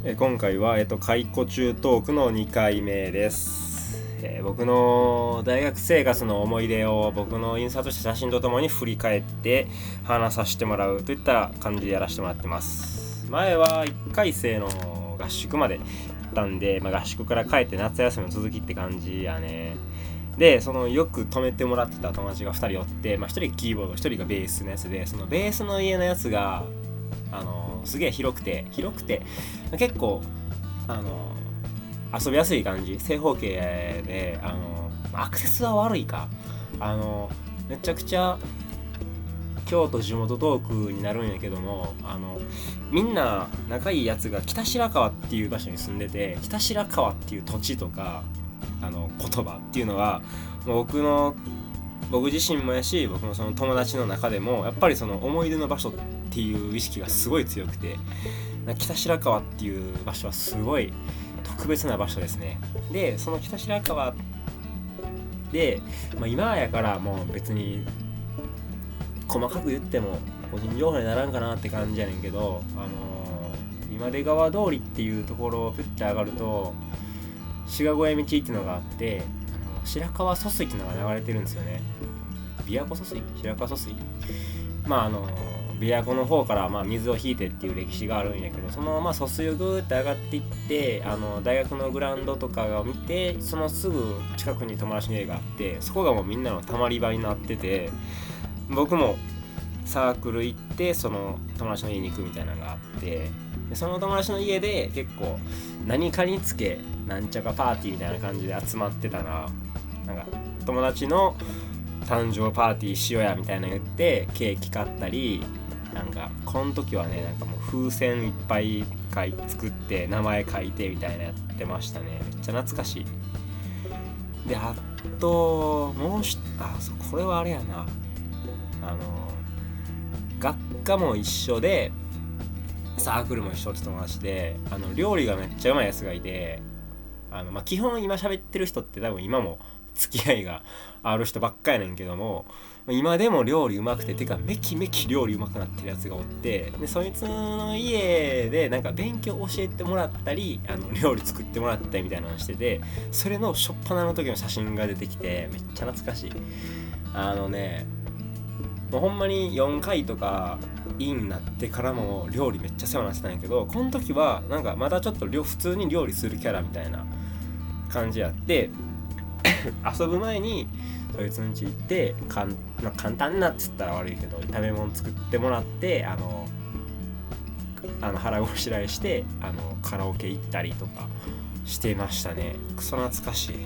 今回は、解雇中トークの2回目です。僕の大学生活の思い出を僕の印刷した写真とともに振り返って話させてもらうといった感じでやらせてもらってます。前は1回生の合宿まで行ったんで、合宿から帰って夏休みの続きって感じやね。で、そのよく泊めてもらってた友達が2人おって、1人キーボード、1人がベースのやつで、そのベースの家のやつがすげえ広くて結構遊びやすい感じ、正方形でアクセスは悪いか、めちゃくちゃ京都地元トークになるんやけども、みんな仲いいやつが北白川っていう場所に住んでて、北白川っていう土地とか言葉っていうのは僕自身もやし、僕のその友達の中でもやっぱりその思い出の場所っていう意識がすごい強くて、北白川っていう場所はすごい特別な場所ですね。で、その北白川で、今やからもう別に細かく言っても個人情報にならんかなって感じやねんけど、今出川通りっていうところをプッて上がると志賀越道っていうのがあって、白川疎水っていうのが流れてるんですよね。琵琶湖疎水、白川疎水、琵琶湖の方から水を引いてっていう歴史があるんやけど、その疎水をぐーって上がっていって、大学のグラウンドとかを見て、そのすぐ近くに友達の家があって、そこがもうみんなのたまり場になってて、僕もサークル行ってその友達の家に行くみたいなのがあって、でその友達の家で結構何かにつけなんちゃかパーティーみたいな感じで集まってたな。なんか友達の誕生パーティーしようやみたいなの言ってケーキ買ったり、この時はね、もう風船いっぱい作って名前書いてみたいなやってましたね。めっちゃ懐かしい。で、あともうこれはあれやな、学科も一緒でサークルも一緒って友達で、料理がめっちゃうまいやつがいて、基本今喋ってる人って多分今も付き合いがある人ばっかやねんけども、今でも料理うまくて、めきめき料理うまくなってるやつがおって、でそいつの家で勉強教えてもらったり料理作ってもらったりみたいなのしてて、それの初っ端の時の写真が出てきてめっちゃ懐かしい。もうほんまに4回とかインになってからも料理めっちゃ世話になってたんやけど、この時はまだちょっと普通に料理するキャラみたいな感じやって遊ぶ前にそいつん家行って簡単なっつったら悪いけど炒め物作ってもらって、腹ごしらえしてカラオケ行ったりとかしてましたね。クソ懐かし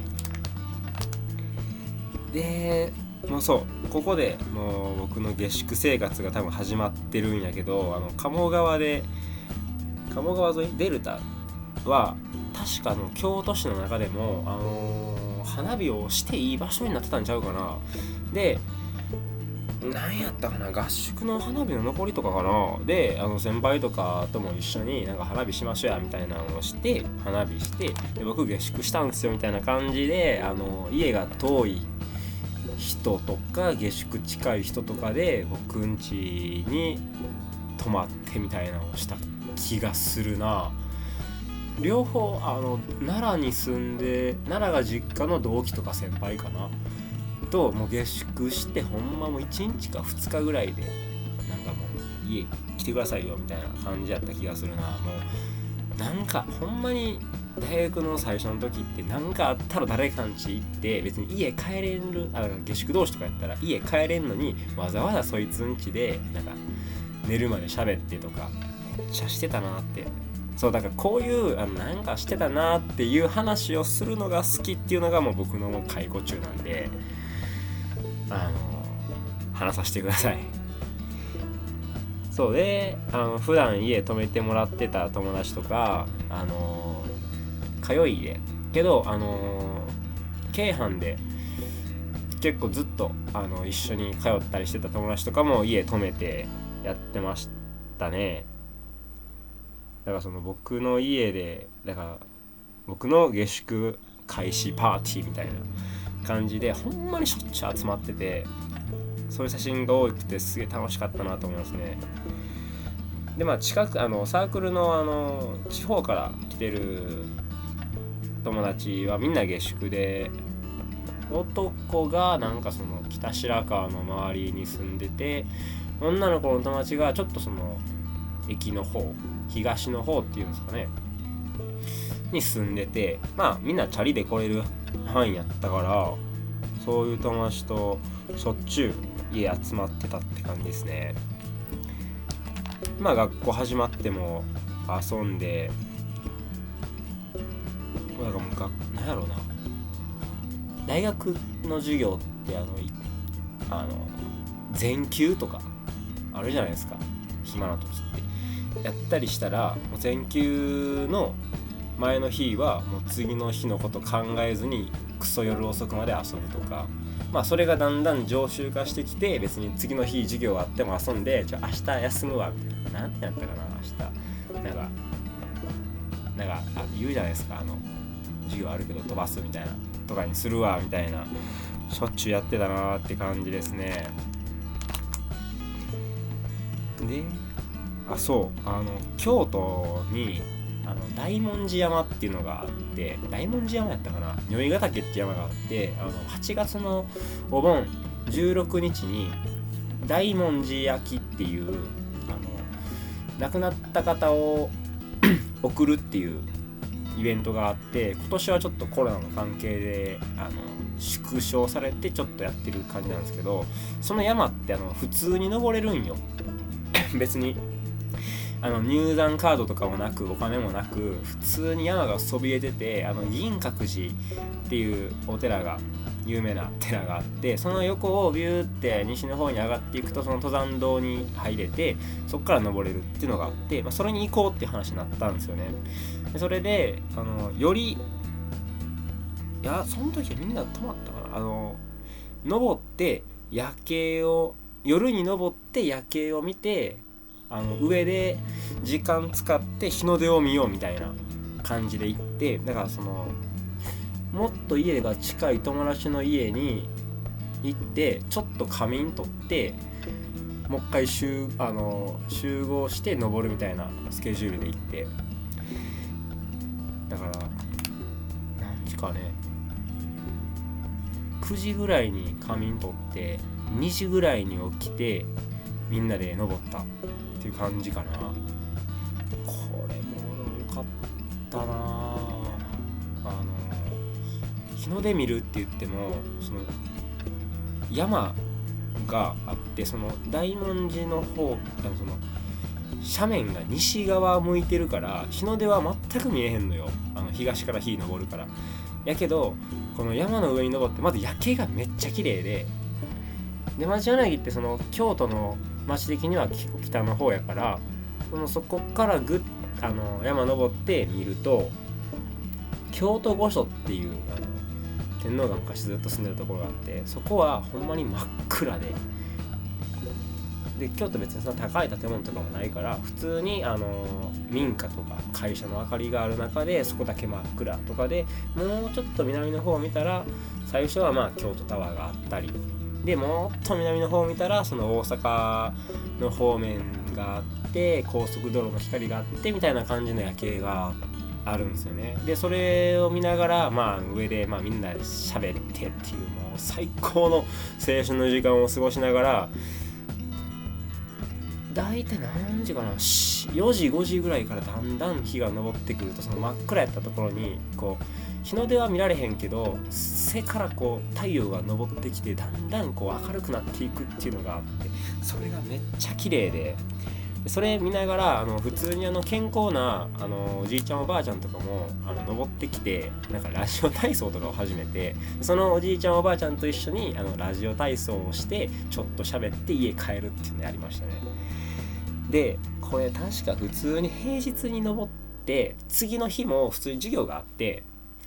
い。でもうここでもう僕の下宿生活が多分始まってるんやけど、鴨川沿いデルタは確か京都市の中でも花火をしていい場所になってたんちゃうかな。で、何やったかな、合宿の花火の残りとかかな。で先輩とかとも一緒に花火しましょうやみたいなのをして花火して、で僕下宿したんですよみたいな感じで、家が遠い人とか下宿近い人とかで僕ん家に泊まってみたいなのをした気がするな。両方奈良に住んで、奈良が実家の同期とか先輩かなともう下宿して、ほんまもう1日か2日ぐらいでもう家来てくださいよみたいな感じやった気がするな。もうほんまに大学の最初の時ってあったら誰かん家行って別に家帰れる、下宿同士とかやったら家帰れんのにわざわざそいつん家で寝るまで喋ってとかめっちゃしてたなって。そうだからこういうしてたなっていう話をするのが好きっていうのがもう僕の解雇中なんで、話させてください。そうで普段家泊めてもらってた友達とか通いでけど京阪で結構ずっと一緒に通ったりしてた友達とかも家泊めてやってましたね。だから僕の家で僕の下宿開始パーティーみたいな感じでほんまにしょっちゅう集まってて、そういう写真が多くてすげえ楽しかったなと思いますね。 で近くサークルの地方から来てる友達はみんな下宿で、男がなんかその北白川の周りに住んでて、女の子の友達がちょっとその駅の方、東の方っていうんですかねに住んでて、みんなチャリで来れる範囲やったから、そういう友達としょっちゅう家集まってたって感じですね。学校始まっても遊んで、なんかもうなんやろうな、大学の授業って全休とかあるじゃないですか、暇な時ってやったりしたら、もう全休の前の日はもう次の日のこと考えずにクソ夜遅くまで遊ぶとか、それがだんだん常習化してきて、別に次の日授業あっても遊んで、明日休むわみたいな、なんてやったかな、明日なんか言うじゃないですか、授業あるけど飛ばすみたいなとかにするわみたいな、しょっちゅうやってたなって感じですね。で、京都に大文字山っていうのがあって、大文字山やったかな、如意ヶ岳って山があって、8月のお盆16日に大文字焼きっていう亡くなった方を送るっていうイベントがあって、今年はちょっとコロナの関係で縮小されてちょっとやってる感じなんですけど、その山って普通に登れるんよ別に入山カードとかもなくお金もなく、普通に山がそびえてて、銀閣寺っていうお寺が有名な寺があって、その横をビューって西の方に上がっていくと、その登山道に入れて、そこから登れるっていうのがあって、それに行こうっていう話になったんですよね。でそれでその時はみんな泊まったかな、登って夜景を、夜に登って夜景を見て、上で時間使って日の出を見ようみたいな感じで行って、だからもっと家が近い友達の家に行って、ちょっと仮眠取ってもう一回集合して登るみたいなスケジュールで行って、だから何時かね、9時ぐらいに仮眠取って2時ぐらいに起きてみんなで登ったっていう感じかな。これも良かったな。日の出見るって言っても、その山があって、その大文字の方、その斜面が西側向いてるから日の出は全く見えへんのよ、東から日昇るから。やけどこの山の上に登って、まず夜景がめっちゃ綺麗で、町柳ってその京都の町的には結構北の方やから、そこから山登って見ると、京都御所っていう天皇が昔ずっと住んでるところがあって、そこはほんまに真っ暗で、京都別にそんな高い建物とかもないから、普通に民家とか会社の明かりがある中で、そこだけ真っ暗とかで、もうちょっと南の方を見たら、最初は京都タワーがあったりで、もっと南の方を見たらその大阪の方面があって、高速道路の光があってみたいな感じの夜景があるんですよね。でそれを見ながら、上でみんなで喋ってっていう、もう最高の青春の時間を過ごしながら、だいたい何時かな、4時5時ぐらいからだんだん日が昇ってくると、その真っ暗やったところに日の出は見られへんけど、背から太陽が昇ってきて、だんだん明るくなっていくっていうのがあって、それがめっちゃ綺麗で、それ見ながら普通に健康なおじいちゃんおばあちゃんとかも登ってきて、なんかラジオ体操とかを始めて、そのおじいちゃんおばあちゃんと一緒にラジオ体操をしてちょっと喋って家帰るっていうのやりましたね。でこれ確か普通に平日に登って、次の日も普通に授業があって、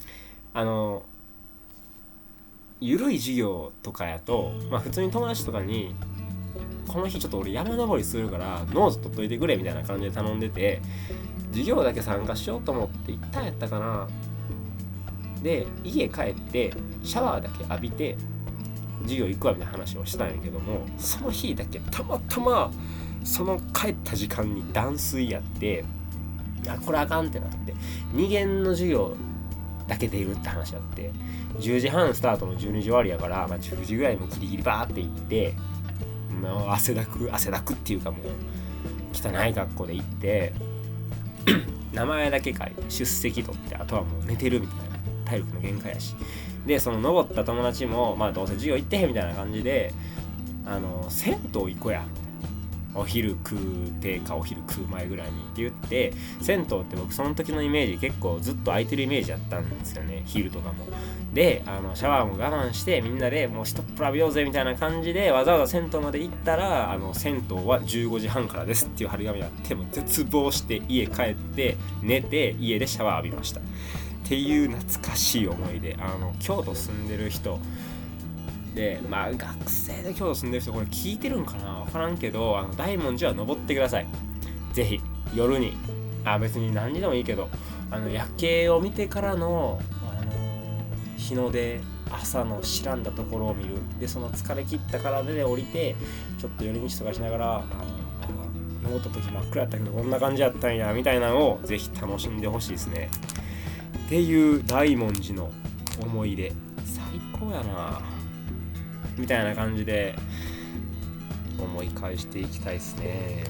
ゆるい授業とかやと、普通に友達とかに、この日ちょっと俺山登りするからノート取っといてくれみたいな感じで頼んでて、授業だけ参加しようと思って行ったんやったかな。で家帰ってシャワーだけ浴びて授業行くわみたいな話をしたんやけども、その日だけたまたまその帰った時間に断水やって、これあかんってなって2限の授業だけ出るって話あって、10時半スタートの12時終わりやから、10時ぐらいもギリギリバーって行って、もう汗だくっていうか、もう汚い格好で行って名前だけ書いて出席取って、あとはもう寝てるみたいな、体力の限界やし、でその登った友達もどうせ授業行ってへんみたいな感じで、銭湯行こうやみたいな、お昼食う前ぐらいにって言って、銭湯って僕その時のイメージ結構ずっと空いてるイメージやったんですよね、昼とかも。でシャワーも我慢してみんなでもう一っ風呂浴びようぜみたいな感じでわざわざ銭湯まで行ったら、銭湯は15時半からですっていう張り紙があって、も絶望して家帰って寝て、家でシャワー浴びましたっていう懐かしい思い出。京都住んでる人で、学生で京都住んでる人これ聞いてるんかな、分からんけど、大文字は登ってください。ぜひ夜に、別に何時でもいいけど、夜景を見てからの日の出、朝の白んだところを見る。でその疲れ切った体で降りて、ちょっと寄り道とかしながら、登った時真っ暗やったけどこんな感じやったんやみたいなのをぜひ楽しんでほしいですねっていう大文字の思い出。最高やなみたいな感じで思い返していきたいですね。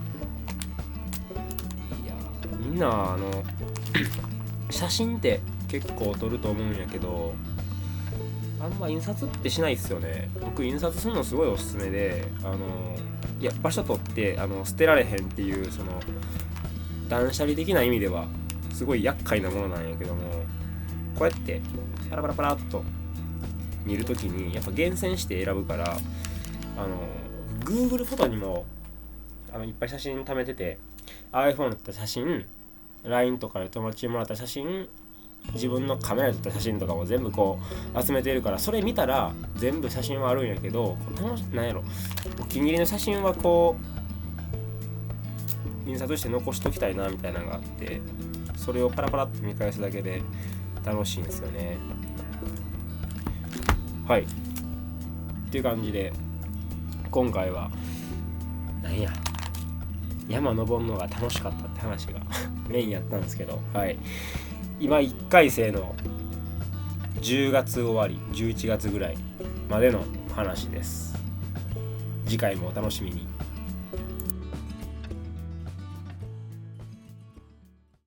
いやみんな写真って結構撮ると思うんやけど、あんま印刷ってしないっすよね。僕印刷するのすごいおすすめで、場所取って捨てられへんっていう、その断捨離的な意味ではすごい厄介なものなんやけども、こうやってパラパラパラっと見るときにやっぱ厳選して選ぶから、Google フォトにもいっぱい写真貯めてて、 iPhone で撮った写真、 LINE とかで友達にもらった写真、自分のカメラで撮った写真とかも全部こう集めてるから、それ見たら全部写真はあるんやけど、なんやろ、お気に入りの写真はこう印刷して残しときたいなみたいなのがあって、それをパラパラっと見返すだけで楽しいんですよね。はいっていう感じで、今回は山登るのが楽しかったって話がメインやったんですけど、今1回生の10月終わり11月ぐらいまでの話です。次回もお楽しみに。